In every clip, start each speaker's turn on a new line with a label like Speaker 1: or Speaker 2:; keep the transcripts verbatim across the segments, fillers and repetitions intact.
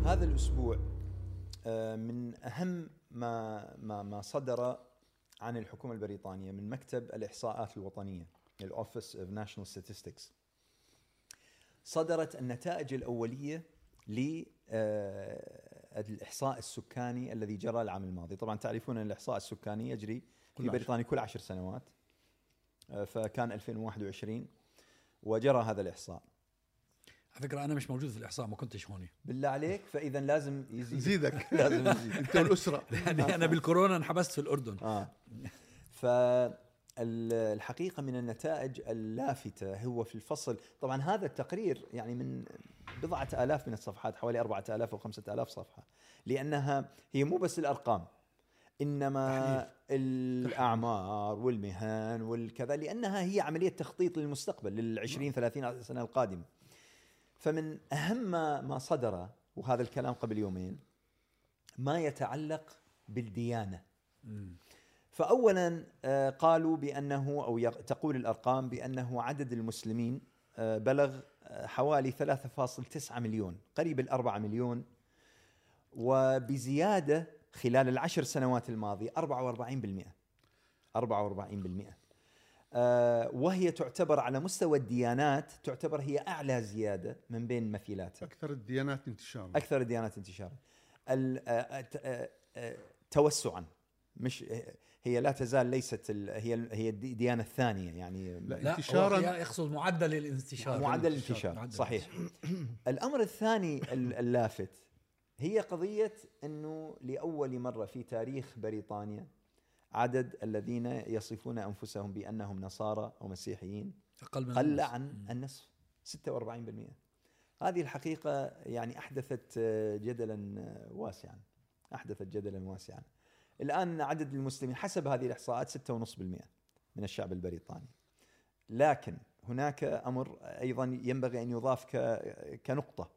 Speaker 1: هذا الأسبوع من أهم ما ما ما صدر عن الحكومة البريطانية من مكتب الإحصاءات الوطنية الأوفيس أوف ناشونال ستاتستكس، صدرت النتائج الأولية للإحصاء السكاني الذي جرى العام الماضي. طبعا تعرفون أن الإحصاء السكاني يجري في بريطانيا كل عشر سنوات، فكان ألفين وواحد وعشرين وجرى هذا الإحصاء.
Speaker 2: على فكرة أنا مش موجود في الإحصاء، ما كنتش هوني.
Speaker 1: بالله عليك، فإذا لازم
Speaker 3: يزيدك
Speaker 1: لازم يزيد
Speaker 3: أنت والأسرة.
Speaker 2: يعني أنا بالكورونا انحبست في الأردن.
Speaker 1: آه. فالحقيقة من النتائج اللافتة هو في الفصل، طبعا هذا التقرير يعني من بضعة آلاف من الصفحات، حوالي أربعة آلاف أو خمسة آلاف صفحة، لأنها هي مو بس الأرقام، إنما تحليل. الأعمار والمهن والكذا، لأنها هي عملية تخطيط للمستقبل للعشرين ثلاثين سنة القادمة. فمن أهم ما صدر، وهذا الكلام قبل يومين، ما يتعلق بالديانة. فأولا قالوا بأنه أو تقول الأرقام بأنه عدد المسلمين بلغ حوالي ثلاثة فاصلة تسعة مليون، قريب الأربعة مليون، وبزيادة خلال العشر سنوات الماضية أربعة وأربعين بالمئة أربعة وأربعين بالمئة آه وهي تعتبر على مستوى الديانات تعتبر هي أعلى زيادة من بين مثيلاتها.
Speaker 3: أكثر الديانات انتشارا
Speaker 1: أكثر الديانات انتشارا توسعا، مش هي لا تزال ليست هي هي الديانة الثانية يعني
Speaker 2: لا انتشارا، يقصد معدل الانتشار.
Speaker 1: معدل الانتشار صحيح. الأمر الثاني اللافت هي قضية أنه لأول مرة في تاريخ بريطانيا عدد الذين يصفون أنفسهم بأنهم نصارى أو مسيحيين قل عن النصف، ستة وأربعين بالمئة. هذه الحقيقة يعني أحدثت جدلا واسعا أحدثت جدلا واسعا. الآن عدد المسلمين حسب هذه الإحصاءات ستة ونصف بالمئة من الشعب البريطاني. لكن هناك أمر أيضا ينبغي أن يضاف كنقطة،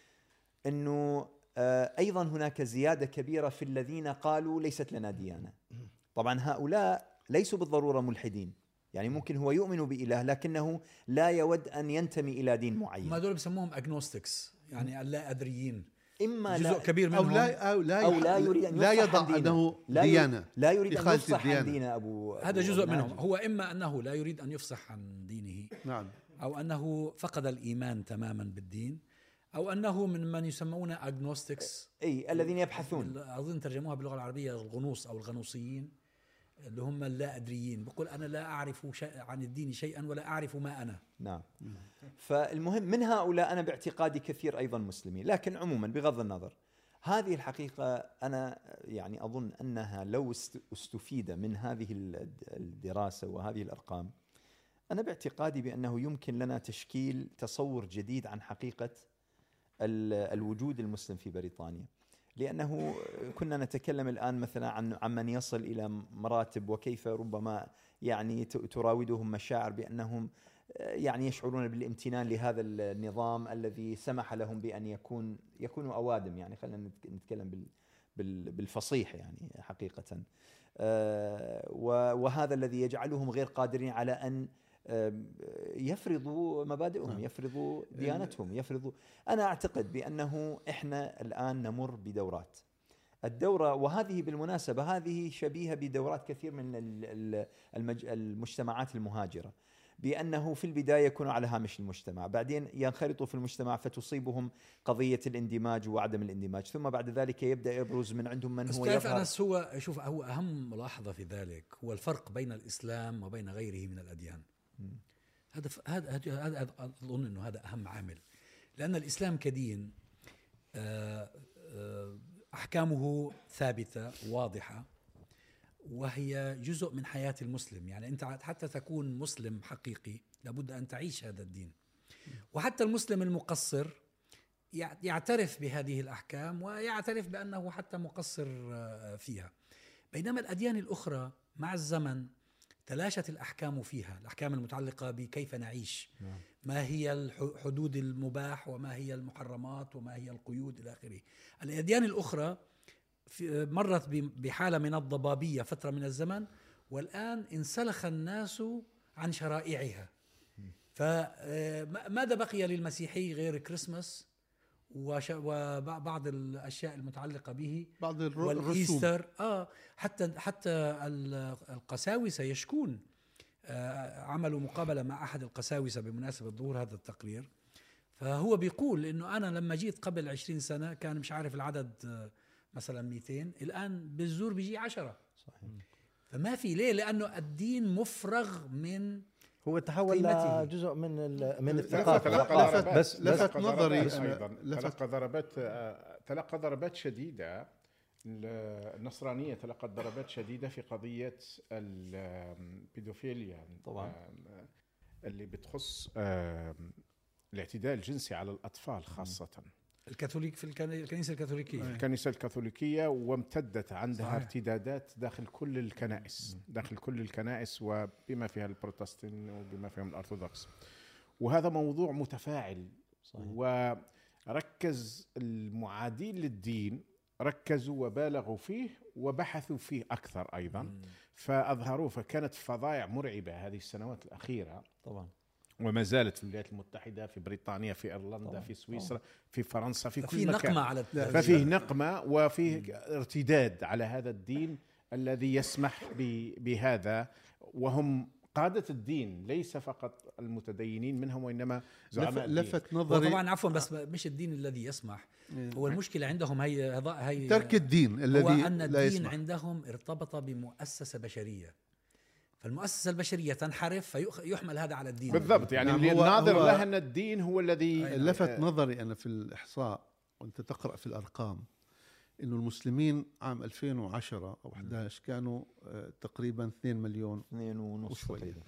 Speaker 1: أنه أيضا هناك زيادة كبيرة في الذين قالوا ليست لنا ديانة. طبعا هؤلاء ليسوا بالضرورة ملحدين، يعني ممكن هو يؤمن بإله لكنه لا يود أن ينتمي إلى دين معين.
Speaker 2: ما دول بيسموهم أجنوستكس، يعني اللا أدريين.
Speaker 1: إما
Speaker 2: جزء
Speaker 1: لا
Speaker 2: كبير منهم
Speaker 3: أو لا أو لا,
Speaker 1: أو لا يريد أن
Speaker 3: لا
Speaker 1: يفصح
Speaker 3: يضع أنه ديانة،
Speaker 1: لا يريد أن يفصح عن دين أبو
Speaker 2: هذا جزء منهم. هو إما أنه لا يريد أن يفصح عن دينه،
Speaker 3: نعم،
Speaker 2: أو أنه فقد الإيمان تماما بالدين، أو أنه من من يسمون أجنوستكس،
Speaker 1: أي الذين يبحثون،
Speaker 2: أظن ترجموها باللغة العربية الغنوص أو الغنوصيين، اللي هم اللا أدريين. بقول أنا لا أعرف شيء عن الدين شيئا ولا أعرف ما أنا.
Speaker 1: نعم. فالمهم من هؤلاء أنا باعتقادي كثير أيضا مسلمين، لكن عموما بغض النظر هذه الحقيقة أنا يعني أظن أنها لو استفيد من هذه الدراسة وهذه الأرقام، أنا باعتقادي بأنه يمكن لنا تشكيل تصور جديد عن حقيقة الوجود المسلم في بريطانيا. لأنه كنا نتكلم الآن مثلا عن عمن يصل إلى مراتب وكيف ربما يعني تراودهم مشاعر بأنهم يعني يشعرون بالامتنان لهذا النظام الذي سمح لهم بأن يكون يكونوا أوادم، يعني خلينا نتكلم بالفصيح يعني حقيقة، وهذا الذي يجعلهم غير قادرين على أن يفرضوا مبادئهم، يفرضوا ديانتهم، يفرضوا. أنا أعتقد بأنه إحنا الآن نمر بدورات. الدورة، وهذه بالمناسبة هذه شبيهة بدورات كثير من المجتمعات المهاجرة، بأنه في البداية يكونوا على هامش المجتمع، بعدين ينخرطوا في المجتمع فتصيبهم قضية الاندماج وعدم الاندماج، ثم بعد ذلك يبدأ يبرز من عندهم من هو يظهر.
Speaker 2: أنس هو شوف هو أهم ملاحظة في ذلك هو الفرق بين الإسلام وبين غيره من الأديان. هذا هذا هذا أظن إنه هذا أهم عامل، لأن الإسلام كدين أحكامه ثابتة واضحة، وهي جزء من حياة المسلم. يعني أنت حتى تكون مسلم حقيقي لابد أن تعيش هذا الدين، وحتى المسلم المقصر يعترف بهذه الأحكام ويعترف بأنه حتى مقصر فيها. بينما الأديان الأخرى مع الزمن تلاشت الأحكام فيها، الأحكام المتعلقة بكيف نعيش، ما هي الحدود المباح وما هي المحرمات وما هي القيود إلى آخره. الأديان الأخرى مرت بحالة من الضبابية فترة من الزمن، والآن انسلخ الناس عن شرائعها. فماذا بقي للمسيحي غير كريسماس وش- وبعض الاشياء المتعلقه به
Speaker 3: بعض الر- الرسوم.
Speaker 2: والايستر اه حتى حتى ال- القساوسه يشكون. آه عملوا مقابله مع احد القساوسه بمناسبه ظهور هذا التقرير، فهو بيقول انه انا لما جيت قبل عشرين سنه كان مش عارف العدد آه مثلا مئتين، الان بالزور بيجي عشرة.
Speaker 1: صحيح.
Speaker 2: فما في ليه، لانه الدين مفرغ من
Speaker 4: هو تحول
Speaker 2: قيمته.
Speaker 4: لجزء من ال- من
Speaker 3: لفت-
Speaker 4: الثقافه.
Speaker 3: لفت-
Speaker 4: وقافة.
Speaker 3: لفت-
Speaker 4: بس بس
Speaker 3: لفت نظري
Speaker 5: ضربات
Speaker 3: أنا-
Speaker 5: ايضا
Speaker 3: لفت-
Speaker 5: تلقى ضربات آه، تلقى ضربات شديده. النصرانيه تلقت ضربات شديده في قضيه البيدوفيليا
Speaker 1: طبعاً.
Speaker 5: اللي بتخص آه، الاعتداء الجنسي على الاطفال خاصه.
Speaker 2: الكاثوليك في الكن- الكنيسه الكاثوليكيه.
Speaker 5: الكنيسة الكاثوليكية وامتدت عندها
Speaker 2: صحيح.
Speaker 5: ارتدادات داخل كل الكنائس داخل كل الكنائس وبما فيها البروتستان وبما فيهم الأرثوذكس، وهذا موضوع متفاعل.
Speaker 1: صحيح.
Speaker 5: وركز المعادين للدين ركزوا وبالغوا فيه وبحثوا فيه أكثر أيضا، فأظهروه، فكانت فظائع مرعبة هذه السنوات الأخيرة،
Speaker 1: طبعا.
Speaker 5: وما زالت في الولايات المتحدة، في بريطانيا، في إيرلندا،
Speaker 1: طبعاً.
Speaker 5: في سويسرا، في فرنسا، في
Speaker 2: في
Speaker 5: كل مكان.
Speaker 2: نقمه على الت-
Speaker 5: ففيه نقمة وفيه ارتداد على هذا الدين الذي يسمح ب- بهذا، وهم قادة الدين، ليس فقط المتدينين منهم وإنما زعماء الدين.
Speaker 3: لفت نظري
Speaker 2: وطبعا عفوا بس مش الدين الذي يسمح، هو المشكله عندهم هي هي
Speaker 3: ترك الدين الذي
Speaker 2: هو ان
Speaker 3: لا
Speaker 2: الدين
Speaker 3: يسمح.
Speaker 2: عندهم ارتبط بمؤسسه بشريه، فالمؤسسه البشريه تنحرف فيحمل هذا على الدين.
Speaker 5: بالضبط، يعني
Speaker 3: نعم،
Speaker 5: اللي
Speaker 3: هو-
Speaker 5: الناظر
Speaker 3: هو-
Speaker 5: له أن الدين هو الذي
Speaker 3: لفت نظري أنا في الإحصاء وأنت تقرأ في الأرقام إنه المسلمين عام ألفين وعشرة أو أحد عشر كانوا آه، تقريبا اثنين مليون،
Speaker 1: اثنين ونص
Speaker 3: وشوي.
Speaker 1: تقريبا.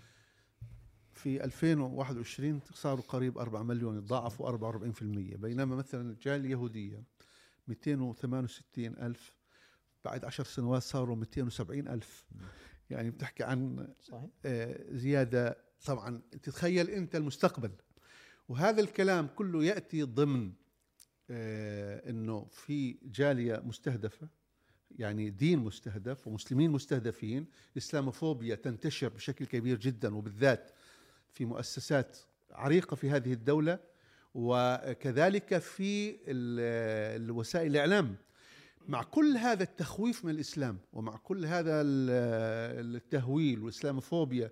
Speaker 3: في ألفين وواحد وعشرين صاروا قريب أربعة مليون، ضاعفوا أربعة وأربعين بالمئة. بينما مثلا الجالية اليهودية مئتين وثمانية وستين ألف، بعد عشر سنوات صاروا مئتين وسبعين ألف. يعني بتحكي عن
Speaker 1: صحيح.
Speaker 3: آه، زيادة. طبعا تتخيل أنت المستقبل، وهذا الكلام كله يأتي ضمن آه، أنه في جالية مستهدفة، يعني دين مستهدف ومسلمين مستهدفين، الإسلاموفوبيا تنتشر بشكل كبير جدا، وبالذات في مؤسسات عريقة في هذه الدولة، وكذلك في ال- الوسائل الإعلام. مع كل هذا التخويف من الإسلام ومع كل هذا ال- التهويل والإسلاموفوبيا،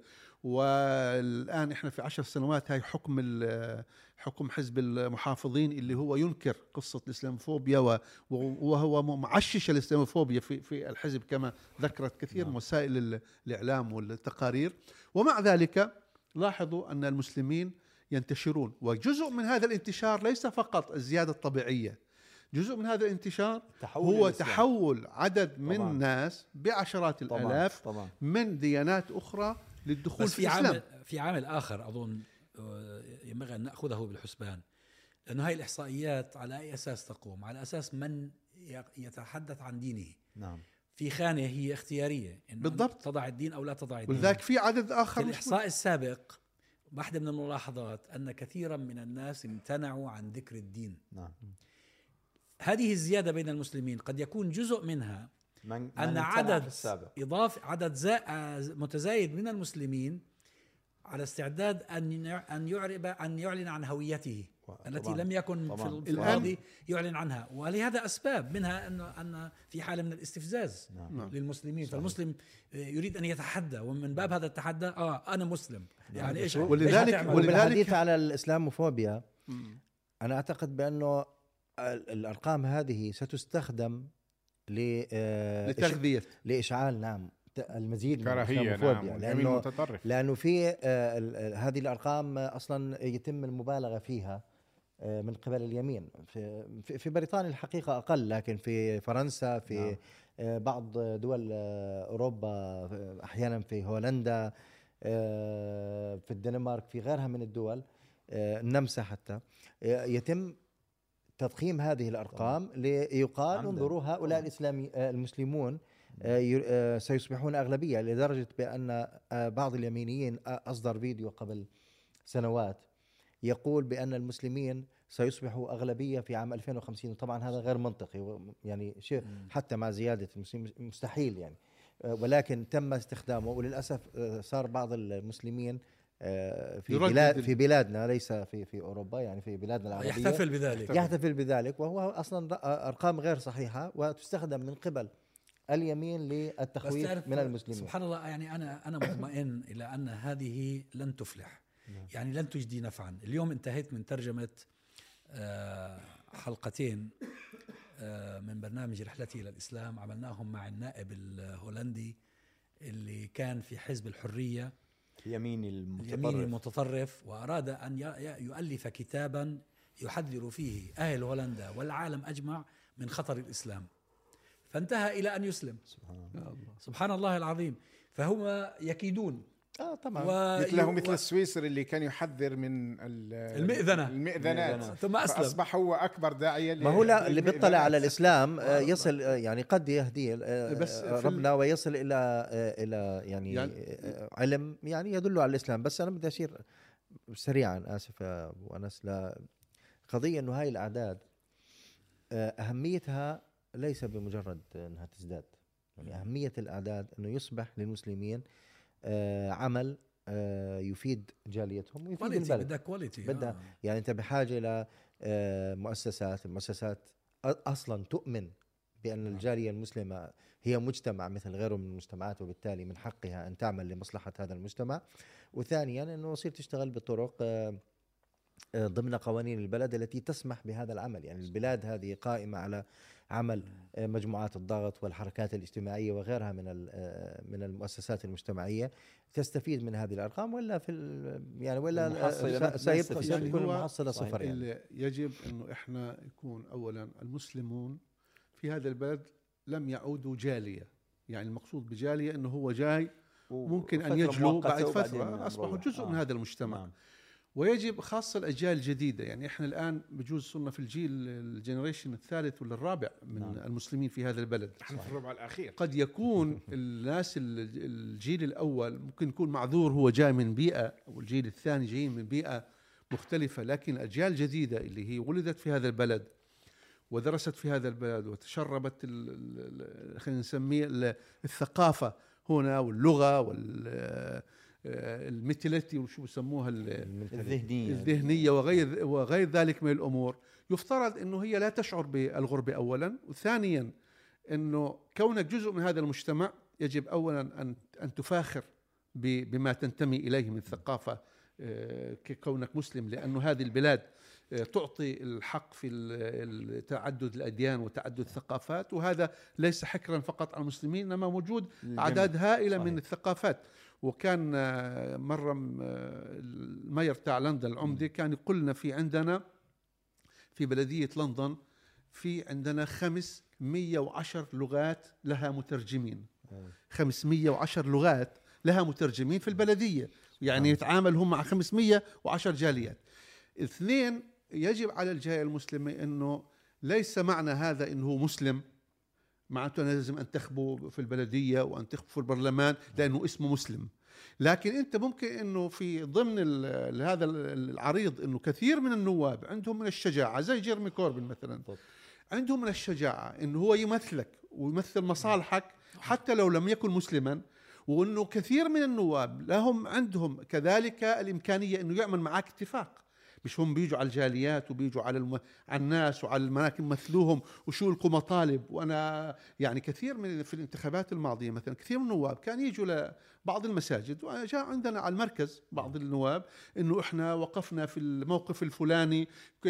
Speaker 3: والآن إحنا في عشر سنوات هاي حكم ال- حكم حزب المحافظين اللي هو ينكر قصة الإسلاموفوبيا و- وهو معشش الإسلاموفوبيا في في الحزب كما ذكرت كثير من وسائل ال- الإعلام والتقارير. ومع ذلك لاحظوا أن المسلمين ينتشرون، وجزء من هذا الانتشار ليس فقط الزيادة الطبيعية، جزء من هذا الانتشار
Speaker 1: تحول
Speaker 3: هو
Speaker 1: الإسلام.
Speaker 3: تحول عدد من
Speaker 1: طبعاً.
Speaker 3: الناس بعشرات
Speaker 1: طبعاً.
Speaker 3: الآلاف
Speaker 1: طبعا.
Speaker 3: من ديانات أخرى للدخول
Speaker 2: بس
Speaker 3: في
Speaker 2: في
Speaker 3: الإسلام.
Speaker 2: عامل في عامل اخر اظن آه، ينبغي ان ناخذه بالحسبان، لانه هاي الاحصائيات على اي اساس تقوم؟ على اساس من ي- يتحدث عن دينه.
Speaker 1: نعم.
Speaker 2: في خانه هي اختياريه، إنه
Speaker 3: بالضبط.
Speaker 2: تضع الدين او لا تضع الدين.
Speaker 3: ولذلك في عدد
Speaker 2: في
Speaker 3: آخر مش
Speaker 2: الاحصاء السابق واحده من الملاحظات ان كثيرا من الناس امتنعوا عن ذكر الدين.
Speaker 1: نعم.
Speaker 2: هذه الزياده بين المسلمين قد يكون جزء منها
Speaker 1: من من
Speaker 2: أن
Speaker 1: امتنع
Speaker 2: عدد
Speaker 1: في السابق.
Speaker 2: إضافة عدد زا- متزايد من المسلمين على استعداد أن يع- أن يعرب أن يعلن عن هويته
Speaker 1: طبعاً.
Speaker 2: التي لم يكن في
Speaker 1: طبعاً.
Speaker 2: في الماضي يعلن عنها، ولهذا أسباب منها أنه أن في حالة من الاستفزاز
Speaker 1: نعم.
Speaker 2: للمسلمين. فالمسلم يريد أن يتحدى، ومن باب هذا التحدى آه أنا مسلم، يعني إيش
Speaker 3: ولذلك-
Speaker 2: إيش هتعمل؟
Speaker 3: ولذلك-
Speaker 4: وبالحديث على الإسلاموفوبيا أنا أعتقد بأنه ال- الأرقام هذه ستستخدم ل آه،
Speaker 3: لتغذية.
Speaker 4: لإشعال نعم ت- المزيد من
Speaker 5: كراهية.
Speaker 4: الإسلاموفوبيا،
Speaker 5: نعم. اليمين
Speaker 4: لأنه
Speaker 5: المتطرف.
Speaker 4: لأنه في آه، ال- ال- هذه الأرقام آه، أصلا يتم المبالغة فيها آه، من قبل اليمين. في في- في بريطانيا الحقيقة أقل، لكن في فرنسا، في
Speaker 1: نعم.
Speaker 4: آه، بعض دول آه، أوروبا، آه، أحيانا في هولندا، آه، في الدنمارك، في غيرها من الدول، آه، النمسا حتى، آه، يتم تضخيم هذه الأرقام ليقال
Speaker 1: عمداً.
Speaker 4: انظروا هؤلاء
Speaker 1: طبعاً.
Speaker 4: الإسلامي آه، المسلمون آه، ير- آه، سيصبحون أغلبية، لدرجة بأن آه، بعض اليمينيين آه، أصدر فيديو قبل سنوات يقول بأن المسلمين سيصبحوا أغلبية في عام ألفين وخمسين. طبعا هذا غير منطقي، و- يعني شيء حتى مع زيادة المسلمين مستحيل يعني، آه، ولكن تم استخدامه. وللأسف آه، صار بعض المسلمين آه، في
Speaker 3: يردد
Speaker 4: بلاد
Speaker 3: ال-
Speaker 4: في بلادنا، ليس في في اوروبا، يعني في بلادنا العربيه
Speaker 2: يحتفل بذلك.
Speaker 4: يحتفل بذلك، وهو اصلا ارقام غير صحيحه وتستخدم من قبل اليمين
Speaker 2: بس
Speaker 4: للتخويف
Speaker 2: تعرف
Speaker 4: من المسلمين.
Speaker 2: سبحان الله، يعني انا انا مطمئن الى ان هذه لن تفلح، يعني لن تجدي نفعا. اليوم انتهيت من ترجمه آه، حلقتين آه، من برنامج رحلتي الى الاسلام، عملناهم مع النائب الهولندي اللي كان في حزب الحريه
Speaker 1: اليميني
Speaker 2: اليميني
Speaker 1: المتطرف.
Speaker 2: المتطرف، واراد ان ي- ي- يؤلف كتابا يحذر فيه اهل هولندا والعالم اجمع من خطر الاسلام، فانتهى الى ان يسلم.
Speaker 1: سبحان الله.
Speaker 2: سبحان الله العظيم. فهم يكيدون
Speaker 4: اه طبعا.
Speaker 2: و...
Speaker 5: مثله مثل
Speaker 2: و...
Speaker 5: السويسري اللي كان يحذر من ال-
Speaker 2: المئذنة.
Speaker 5: المئذنات
Speaker 2: ثم أسلم.
Speaker 5: فأصبح هو أكبر داعية
Speaker 4: ما هو لا، اللي بيطلع على الإسلام آه،
Speaker 2: آه.
Speaker 4: يصل آه، يعني قد يهديه آه،
Speaker 3: بس في ال-
Speaker 4: ربنا ويصل إلى آه، إلى يعني,
Speaker 3: يعني-
Speaker 4: آه، علم يعني يدل على الإسلام. بس أنا بدي أشير سريعا، آسف يا أبو أنس، لا قضية إنه هاي الأعداد آه، أهميتها ليس بمجرد أنها تزداد، يعني أهمية الأعداد أنه يصبح للمسلمين آه، عمل آه، يفيد جاليتهم ويفيد
Speaker 2: كواليتي،
Speaker 4: البلد.
Speaker 2: بدها كواليتي.
Speaker 4: بدها
Speaker 2: آه.
Speaker 4: يعني أنت بحاجة إلى آه، مؤسسات المؤسسات أ- أصلا تؤمن بأن الجالية المسلمة هي مجتمع مثل غيره من المجتمعات، وبالتالي من حقها أن تعمل لمصلحة هذا المجتمع. وثانيا أنه يصير تشتغل بطرق آه، آه، ضمن قوانين البلد التي تسمح بهذا العمل. يعني البلاد هذه قائمة على عمل آه، مجموعات الضغط والحركات الاجتماعية وغيرها من ال- آه، من المؤسسات المجتمعية تستفيد من هذه الأرقام، ولا في ال- يعني ولا
Speaker 1: المحصلة
Speaker 4: آه،
Speaker 1: ما
Speaker 4: سيبقى
Speaker 1: تستفيد.
Speaker 4: سيكون
Speaker 3: يعني هو
Speaker 4: المحصلة
Speaker 1: صحيح.
Speaker 4: صفر. يعني
Speaker 3: اللي يجب أنه إحنا يكون أولا المسلمون في هذا البلد لم يعودوا جالية. يعني المقصود بجالية أنه هو جاي ممكن أن
Speaker 1: وفترة
Speaker 3: يجلو
Speaker 1: مؤقتة
Speaker 3: بعد
Speaker 1: وبعدين
Speaker 3: فترة أصبحوا
Speaker 1: نروح.
Speaker 3: جزء من
Speaker 1: آه.
Speaker 3: هذا المجتمع.
Speaker 1: نعم.
Speaker 3: ويجب خاصة الأجيال الجديدة، يعني إحنا الآن بجوز صرنا في الجيل الجنريشن الثالث ولا الرابع من
Speaker 1: نعم.
Speaker 3: المسلمين في هذا البلد.
Speaker 5: نحن في الربع الأخير.
Speaker 3: قد يكون الناس ال- الجيل الأول ممكن يكون معذور، هو جاي من بيئة، والجيل الثاني جايين من بيئة مختلفة، لكن الأجيال الجديدة اللي هي ولدت في هذا البلد ودرست في هذا البلد وتشربت ال- ال- خلينا نسميه ال- الثقافة هنا واللغة والميتيليتي وشو بسموها ال-
Speaker 1: الذهنية.
Speaker 3: الذهنية وغير وغير ذلك من الأمور. يفترض أنه هي لا تشعر بالغربة أولا، وثانيا أنه كونك جزء من هذا المجتمع يجب أولا أن أن تفاخر ب- بما تنتمي إليه من ثقافة، آه، كونك مسلم، لأنه هذه البلاد آه، تعطي الحق في ال- ال- تعدد الأديان وتعدد الثقافات، وهذا ليس حكرا فقط على المسلمين، إنما موجود
Speaker 1: الجميع.
Speaker 3: أعداد هائلة
Speaker 1: صحيح.
Speaker 3: من الثقافات. وكان آه، مرة م- آه، المير تاع لندن العمدة كان يقول لنا في عندنا في بلدية لندن في عندنا خمسمية وعشر لغات لها مترجمين. خمسمية وعشر لغات لها مترجمين في البلدية، يعني يتعامل هم مع خمسمية وعشر جاليات. اثنين، يجب على الجالية المسلمة أنه ليس معنى هذا أنه مسلم معناته أنا لازم أنتخبه في البلدية وأنتخبه في البرلمان لأنه اسمه مسلم. لكن أنت ممكن أنه في ضمن ال- ال- هذا ال- العريض أنه كثير من النواب عندهم من الشجاعة، زي جيرمي كوربن مثلا، عندهم من الشجاعة أنه هو يمثلك ويمثل مصالحك حتى لو لم يكن مسلما، وأنه كثير من النواب لهم عندهم كذلك الإمكانية أنه يعمل معك اتفاق. مش هم بيجوا على الجاليات وبيجوا على الم... على الناس وعلى المناكب مثلوهم وشو لكم مطالب. وانا يعني كثير من في الانتخابات الماضيه مثلا كثير من النواب كان يجوا لبعض المساجد، وجاء عندنا على المركز بعض النواب انه احنا وقفنا في الموقف الفلاني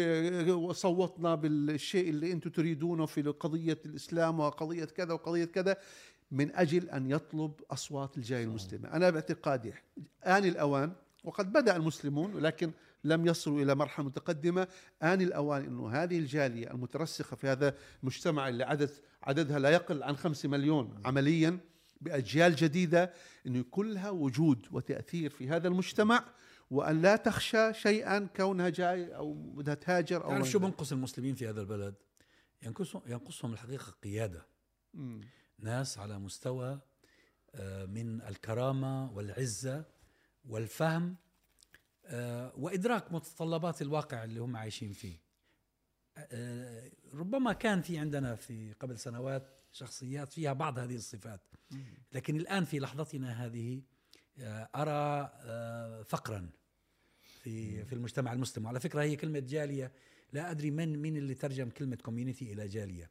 Speaker 3: وصوتنا بالشيء اللي انتم تريدونه في قضيه الاسلام وقضيه كذا وقضيه كذا، من اجل ان يطلب اصوات الجاليه المسلمه. انا باعتقادي آن الاوان، وقد بدأ المسلمون ولكن لم يصلوا إلى مرحلة متقدمة، آن الأوان أنه هذه الجالية المترسخة في هذا المجتمع اللي عدد عددها لا يقل عن خمسة مليون عمليا بأجيال جديدة، أنه يكون لها وجود وتأثير في هذا المجتمع، وأن لا تخشى شيئا كونها جاي أو بدها تهاجر. أو
Speaker 2: تعرف شو بنقص المسلمين في هذا البلد؟ ينقصهم ينقصهم الحقيقة قيادة،
Speaker 3: مم.
Speaker 2: ناس على مستوى آه، من الكرامة والعزة والفهم آه، وإدراك متطلبات الواقع اللي هم عايشين فيه. آه، ربما كان في عندنا في قبل سنوات شخصيات فيها بعض هذه الصفات، لكن الآن في لحظتنا هذه أرى آه، فقرا في في المجتمع المسلم. وعلى فكرة هي كلمة جالية لا أدري من مين اللي ترجم كلمة كوميونيتي إلى جالية.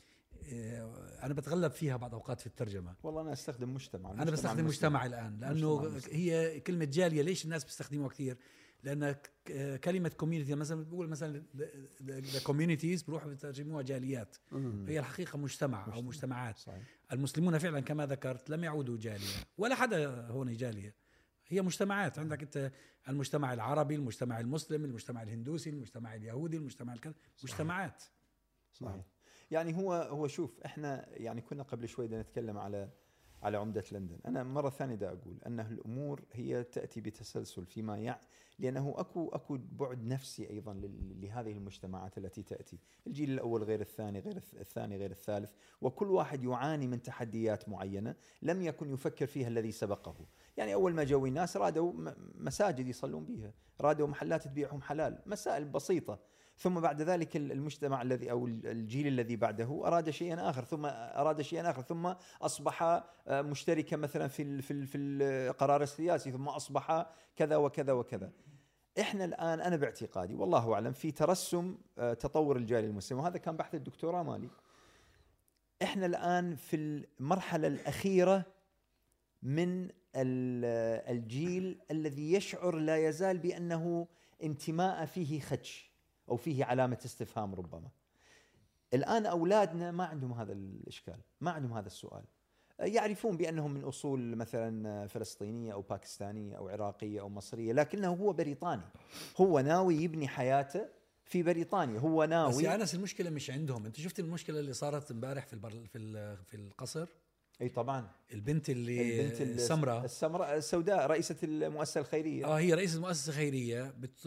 Speaker 2: أنا بتغلب فيها بعض أوقات في الترجمة.
Speaker 1: والله أنا أستخدم مجتمع.
Speaker 2: أنا بستخدم مجتمع الآن لأنه هي كلمة جالية. ليش الناس بيستخدموها كثير؟ لأن كلمة كوميونيتي مثلا بقول مثلا the communities بروحوا بترجموها جاليات. هي الحقيقة مجتمع أو مجتمعات. صحيح. المسلمون فعلا كما ذكرت لم يعودوا جالية ولا حدا هون جالية. هي مجتمعات. عندك أنت المجتمع العربي، المجتمع المسلم، المجتمع الهندوسي، المجتمع اليهودي، المجتمع الكذا، مجتمعات.
Speaker 1: صحيح. يعني هو هو شوف احنا يعني كنا قبل شوي بدنا نتكلم على على عمدة لندن. أنا مرة ثانية دا أقول أن الأمور هي تأتي بتسلسل فيما يع لأنه أكو أكو بعد نفسي أيضا لهذه المجتمعات التي تأتي. الجيل الأول غير الثاني، غير الثاني غير الثالث، وكل واحد يعاني من تحديات معينة لم يكن يفكر فيها الذي سبقه. يعني أول ما جو الناس رادوا مساجد يصلون بها، رادوا محلات تبيعهم حلال، مسائل بسيطة. ثم بعد ذلك المجتمع الذي أو الجيل الذي بعده أراد شيئا آخر، ثم أراد شيئا آخر، ثم أصبح مشتركا مثلا في في في القرار السياسي، ثم أصبح كذا وكذا وكذا. إحنا الآن أنا باعتقادي والله أعلم في ترسم تطور الجالية المسلمة، وهذا كان بحث الدكتوراه مالي. إحنا الآن في المرحلة الأخيرة من الجيل الذي يشعر لا يزال بأنه انتماء فيه خدش أو فيه علامة استفهام ربما. الآن أولادنا ما عندهم هذا الإشكال، ما عندهم هذا السؤال. يعرفون بأنهم من أصول مثلا فلسطينية أو باكستانية أو عراقية أو مصرية، لكنه هو بريطاني، هو ناوي يبني حياته في بريطانيا، هو ناوي.
Speaker 2: بس يا أنس المشكلة مش عندهم. أنت شفت المشكلة اللي صارت امبارح في البر... في في القصر؟
Speaker 1: اي طبعا.
Speaker 2: البنت اللي
Speaker 1: البنت
Speaker 2: السمراء
Speaker 1: السمراء السوداء رئيسة المؤسسة الخيرية.
Speaker 2: اه هي رئيسة المؤسسة الخيرية. بت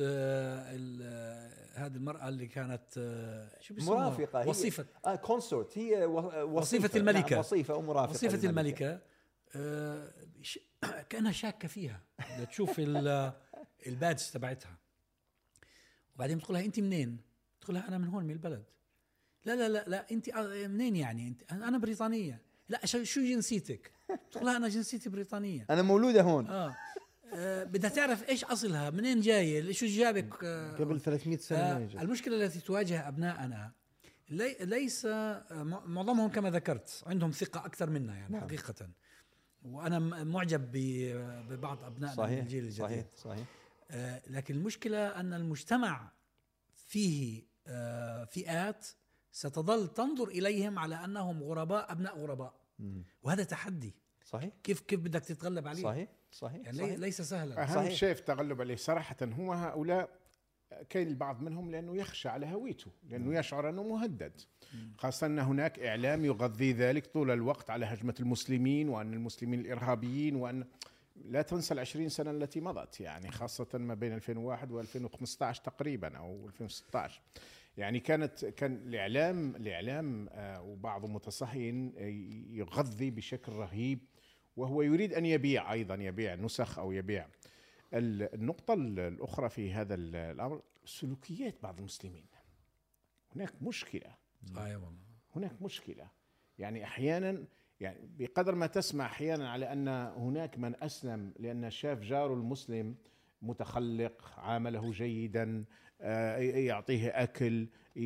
Speaker 2: هذه المرأة اللي كانت شو بيسموها؟
Speaker 1: مرافقة.
Speaker 2: وصيفة
Speaker 1: اه كونسورت. هي وصيفة,
Speaker 2: وصيفة الملكة.
Speaker 1: نعم وصيفة أو مرافقة.
Speaker 2: وصيفة الملكة, الملكة. آه كأنها شاكة فيها. تشوف البادج تبعتها، وبعدين بتقول لها أنت منين؟ بتقول لها أنا من هون من البلد. لا لا لا لا أنت منين يعني؟ أنت أنا بريطانية. لا شو جنسيتك؟ تقول لها أنا جنسيتي بريطانية،
Speaker 1: أنا مولودة هون.
Speaker 2: آه. آه بدها تعرف إيش أصلها، منين جاية، شو جابك. آه
Speaker 4: قبل ثلاثمئة سنة.
Speaker 2: آه المشكلة التي تواجه أبناءنا لي ليس معظمهم كما ذكرت عندهم ثقة أكثر منا يعني. نعم. حقيقة. وأنا معجب ببعض أبنائنا من الجيل الجديد.
Speaker 1: صحيح صحيح.
Speaker 2: آه لكن المشكلة أن المجتمع فيه آه فئات ستظل تنظر إليهم على أنهم غرباء، أبناء غرباء. مم. وهذا تحدي.
Speaker 1: صحيح.
Speaker 2: كيف كيف بدك تتغلب عليه؟
Speaker 1: صحيح صحيح.
Speaker 2: يعني
Speaker 1: صحيح.
Speaker 2: ليس سهلا.
Speaker 5: أهم
Speaker 1: صحيح.
Speaker 5: شيء في التغلب عليه صراحة هو هؤلاء. كاين البعض منهم لأنه يخشى على هويته، لأنه يشعر أنه مهدد، خاصة أن هناك إعلام يغذي ذلك طول الوقت على هجمة المسلمين وأن المسلمين الإرهابيين، وأن لا تنسى العشرين سنة التي مضت يعني، خاصة ما بين ألفين وواحد وألفين وخمسة عشر تقريبا أو ألفين وستة عشر. يعني كانت كان الإعلام الإعلام آه وبعض المتصهين يغذي بشكل رهيب، وهو يريد أن يبيع أيضا، يبيع نسخ أو يبيع. النقطة الأخرى في هذا الأمر سلوكيات بعض المسلمين. هناك مشكلة. هناك مشكلة يعني أحيانا، يعني بقدر ما تسمع أحيانا على أن هناك من أسلم لأن شاف جاره المسلم متخلق، عامله جيدا، يعطيه أكل،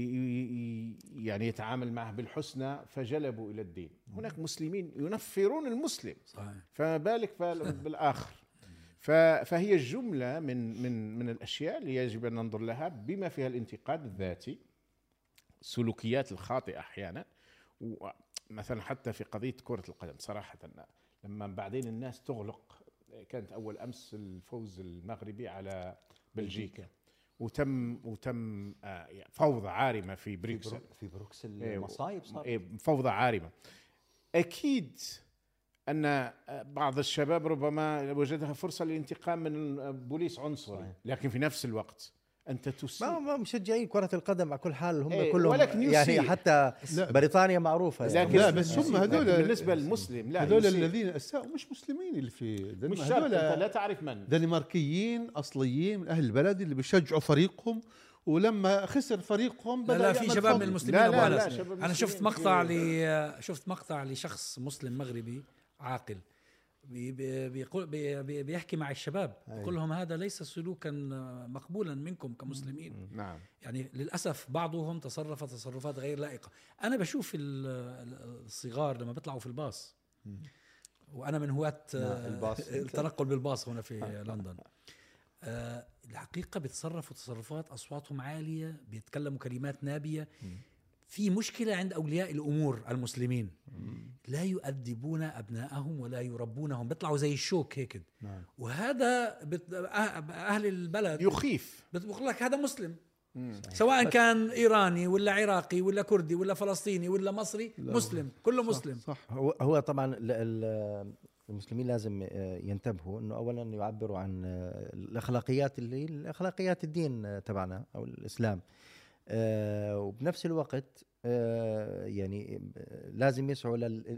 Speaker 5: يعني يتعامل معه بالحسنى فجلبوا إلى الدين. هناك مسلمين ينفرون المسلم، فما بالك بالآخر. فهي الجملة من من من الأشياء اللي يجب أن ننظر لها بما فيها الانتقاد الذاتي، السلوكيات الخاطئة أحيانا. ومثلا حتى في قضية كرة القدم صراحة، لما بعدين الناس تغلق، كانت أول أمس الفوز المغربي على بلجيكا، وتم وتم فوضى عارمة في بروكسل.
Speaker 1: في بروكسل مصايب
Speaker 5: صار، فوضى عارمة. أكيد أن بعض الشباب ربما وجدها فرصة للانتقام من بوليس عنصري، لكن في نفس الوقت أنت تسيء.
Speaker 4: ما ما مشجعين كرة القدم على كل حال هم
Speaker 5: ايه
Speaker 4: كلهم يعني حتى لا بريطانيا معروفة
Speaker 5: يعني.
Speaker 3: لكن لا بس هم هذول
Speaker 5: بالنسبة للمسلم لا،
Speaker 3: هذول الذين أساءوا مش مسلمين اللي في
Speaker 5: مش شرط، أنت لا تعرف من.
Speaker 3: دنماركيين أصليين من أهل البلد اللي بيشجعوا فريقهم، ولما خسر فريقهم
Speaker 2: بدأ لا, لا في شباب من المسلمين. لا لا لا لا أنا شفت مقطع ل شفت مقطع لشخص مسلم مغربي عاقل بي بي بيقول بي بي بيحكي مع الشباب، بيقول لهم هذا ليس سلوكا مقبولا منكم كمسلمين.
Speaker 5: نعم.
Speaker 2: يعني للأسف بعضهم تصرف تصرفات غير لائقة. أنا بشوف الصغار لما بيطلعوا في الباص، وأنا من هواة التنقل بالباص هنا في لندن، أه الحقيقة بيتصرفوا تصرفات أصواتهم عالية، بيتكلموا كلمات نابية. في مشكلة عند أولياء الأمور المسلمين، لا يؤدبون أبنائهم ولا يربونهم، بيطلعوا زي الشوك هيك.
Speaker 1: نعم.
Speaker 2: وهذا أهل البلد
Speaker 5: يخيف،
Speaker 2: بتقول لك هذا مسلم، سواء كان إيراني ولا عراقي ولا كردي ولا فلسطيني ولا مصري، مسلم، كله مسلم.
Speaker 3: صح, صح.
Speaker 4: هو هو طبعا المسلمين لازم ينتبهوا انه اولا يعبروا عن الاخلاقيات اللي الاخلاقيات الدين تبعنا او الاسلام، وبنفس الوقت يعني لازم يسعوا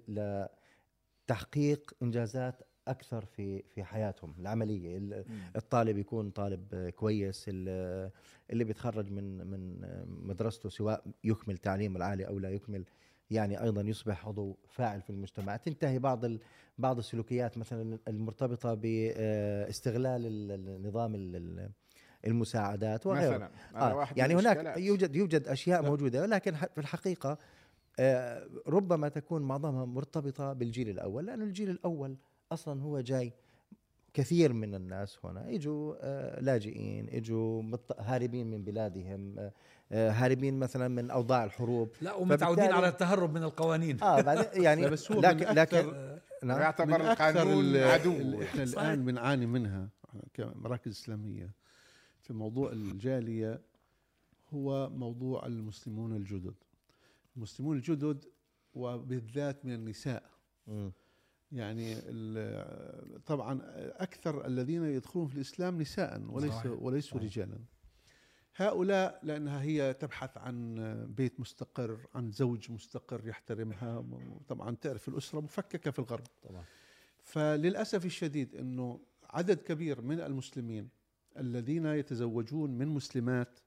Speaker 4: لتحقيق انجازات اكثر في في حياتهم العمليه. الطالب يكون طالب كويس، اللي بيتخرج من من مدرسته سواء يكمل تعليمه العالي او لا يكمل، يعني ايضا يصبح عضو فاعل في المجتمع. تنتهي بعض بعض السلوكيات مثلا المرتبطه باستغلال النظام المساعدات وغيرها. آه يعني هناك يوجد يوجد اشياء لا. موجوده، ولكن في الحقيقه آه ربما تكون معظمها مرتبطه بالجيل الاول، لأن الجيل الاول اصلا هو جاي، كثير من الناس هنا اجوا آه لاجئين، اجوا هاربين من بلادهم، آه هاربين مثلا من اوضاع الحروب،
Speaker 2: لا ومتعودين على التهرب من القوانين.
Speaker 4: اه بعدين يعني
Speaker 3: بس هو
Speaker 4: لكن
Speaker 3: من
Speaker 4: لكن
Speaker 3: أكثر
Speaker 5: نعم يعتبر القانون عدو.
Speaker 3: اللي احنا الان بنعاني منها كمراكز اسلاميه في موضوع الجاليه هو موضوع المسلمون الجدد. المسلمون الجدد وبالذات من النساء. م. يعني طبعا أكثر الذين يدخلون في الإسلام نساء وليس وليسوا رجالا. هؤلاء لأنها هي تبحث عن بيت مستقر، عن زوج مستقر يحترمها. طبعا تعرف الأسرة مفككة في الغرب طبعا. فللأسف الشديد أنه عدد كبير من المسلمين الذين يتزوجون من مسلمات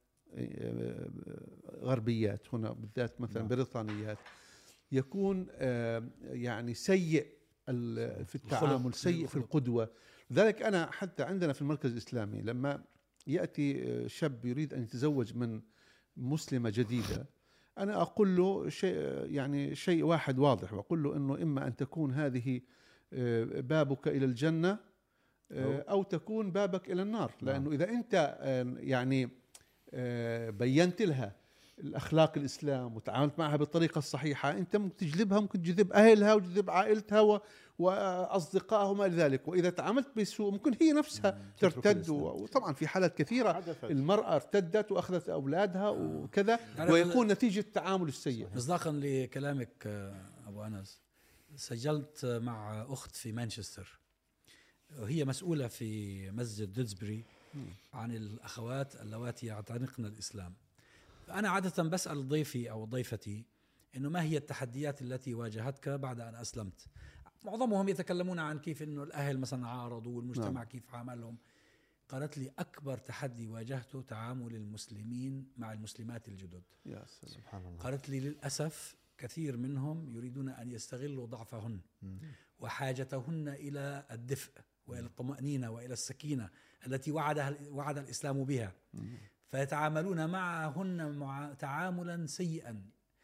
Speaker 3: غربيات هنا بالذات مثلا نعم. بريطانيات، يكون يعني سيء في التعامل، سيء في القدوة. لذلك أنا حتى عندنا في المركز الإسلامي لما يأتي شاب يريد أن يتزوج من مسلمة جديدة، أنا أقول له شيء يعني شيء واحد واضح، وأقول له إنه إما أن تكون هذه بابك إلى الجنة أو تكون بابك إلى النار. لأنه إذا أنت يعني بينت لها الأخلاق الإسلام وتعاملت معها بالطريقة الصحيحة، أنت ممكن تجذبها، ممكن تجذب أهلها وتجذب عائلتها وأصدقائها وما إلى ذلك. وإذا تعاملت بسوء ممكن هي نفسها ترتد. وطبعا في حالات كثيرة المرأة ارتدت وأخذت أولادها وكذا، ويكون نتيجة التعامل السيء.
Speaker 2: مصداقا لكلامك أبو أنس، سجلت مع أخت في مانشستر، وهي مسؤولة في مسجد دودسبري عن الأخوات اللواتي يعتنقن الإسلام. أنا عادة بسأل ضيفي أو ضيفتي إنه ما هي التحديات التي واجهتك بعد أن أسلمت. معظمهم يتكلمون عن كيف إنه الأهل مثلا عارضوا والمجتمع نعم. كيف عاملهم. قالت لي أكبر تحدي واجهته تعامل المسلمين مع المسلمات الجدد.
Speaker 3: يا سبحان الله.
Speaker 2: قالت لي للأسف كثير منهم يريدون أن يستغلوا ضعفهن وحاجتهن إلى الدفء وإلى الطمأنينة وإلى السكينة التي وعدها وعد الإسلام بها، فيتعاملون معهن مع تعاملا سيئا،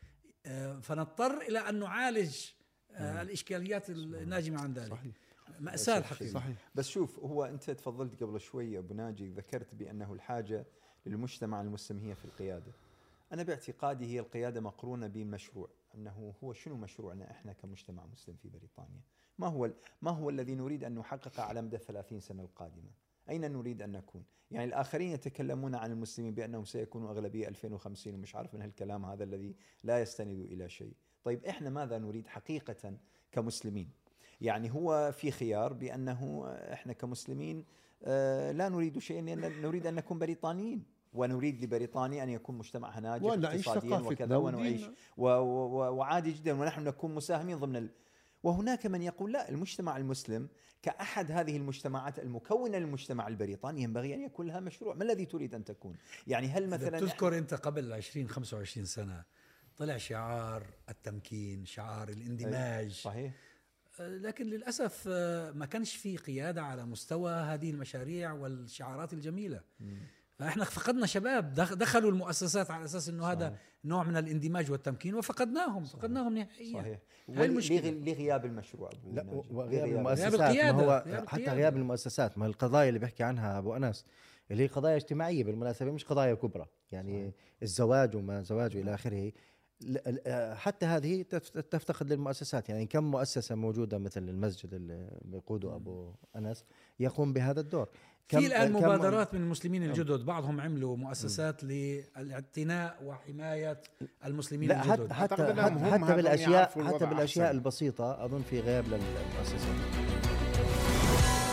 Speaker 2: فنضطر إلى أن نعالج الإشكاليات الناجمة عن ذلك. صحيح. مأساة الحقيقة.
Speaker 3: صحيح.
Speaker 1: بس شوف، هو أنت تفضلت قبل شوي أبو ناجي، ذكرت بأنه الحاجة للمجتمع المسلم هي في القيادة. أنا باعتقادي هي القيادة مقرونة بمشروع، أنه هو شنو مشروعنا إحنا كمجتمع مسلم في بريطانيا؟ ما هو ما هو الذي نريد أن نحققه على مدى الثلاثين سنة القادمة؟ أين نريد أن نكون؟ يعني الآخرين يتكلمون عن المسلمين بأنهم سيكونوا أغلبية ألفين وخمسين ومش عارف من هالكلام هذا الذي لا يستند إلى شيء. طيب إحنا ماذا نريد حقيقة كمسلمين؟ يعني هو في خيار بأنه إحنا كمسلمين لا نريد شيء، نريد أن نكون بريطانيين، ونريد لبريطانيا أن يكون مجتمعها ناجح اقتصاديا وكذا، ونعيش وعادي جدا، ونحن نكون مساهمين ضمن ال... وهناك من يقول لا، المجتمع المسلم كأحد هذه المجتمعات المكونة للمجتمع البريطاني ينبغي أن يكون لها مشروع. ما الذي تريد أن تكون؟ يعني هل مثلا
Speaker 2: تذكر أنت قبل عشرين خمسة وعشرين سنة طلع شعار التمكين، شعار الاندماج.
Speaker 1: صحيح.
Speaker 2: لكن للأسف ما كانش في قيادة على مستوى هذه المشاريع والشعارات الجميلة. فإحنا فقدنا شباب دخلوا المؤسسات على أساس أنه صحيح. هذا نوع من الاندماج والتمكين وفقدناهم صحيح. فقدناهم نهائيا.
Speaker 1: صحيح.
Speaker 2: هاي المشكلة.
Speaker 1: لغياب المشروع
Speaker 4: لا
Speaker 1: أبو
Speaker 4: وغياب
Speaker 1: غياب
Speaker 4: المؤسسات. ما هو حتى غياب المؤسسات، ما القضايا اللي بيحكي عنها أبو أنس اللي هي قضايا اجتماعية بالمناسبة، مش قضايا كبرى يعني صحيح. الزواج وما زواج إلى آخره. حتى هذه تفتقد للمؤسسات. يعني كم مؤسسة موجودة مثل المسجد اللي بيقوده أبو أنس يقوم بهذا الدور.
Speaker 2: في الآن مبادرات من المسلمين الجدد، بعضهم عملوا مؤسسات للاعتناء وحماية المسلمين
Speaker 4: لا
Speaker 2: الجدد.
Speaker 4: حتى حتى, حتى, حتى بالأشياء حتى بالأشياء البسيطة أظن في غياب للمؤسسات.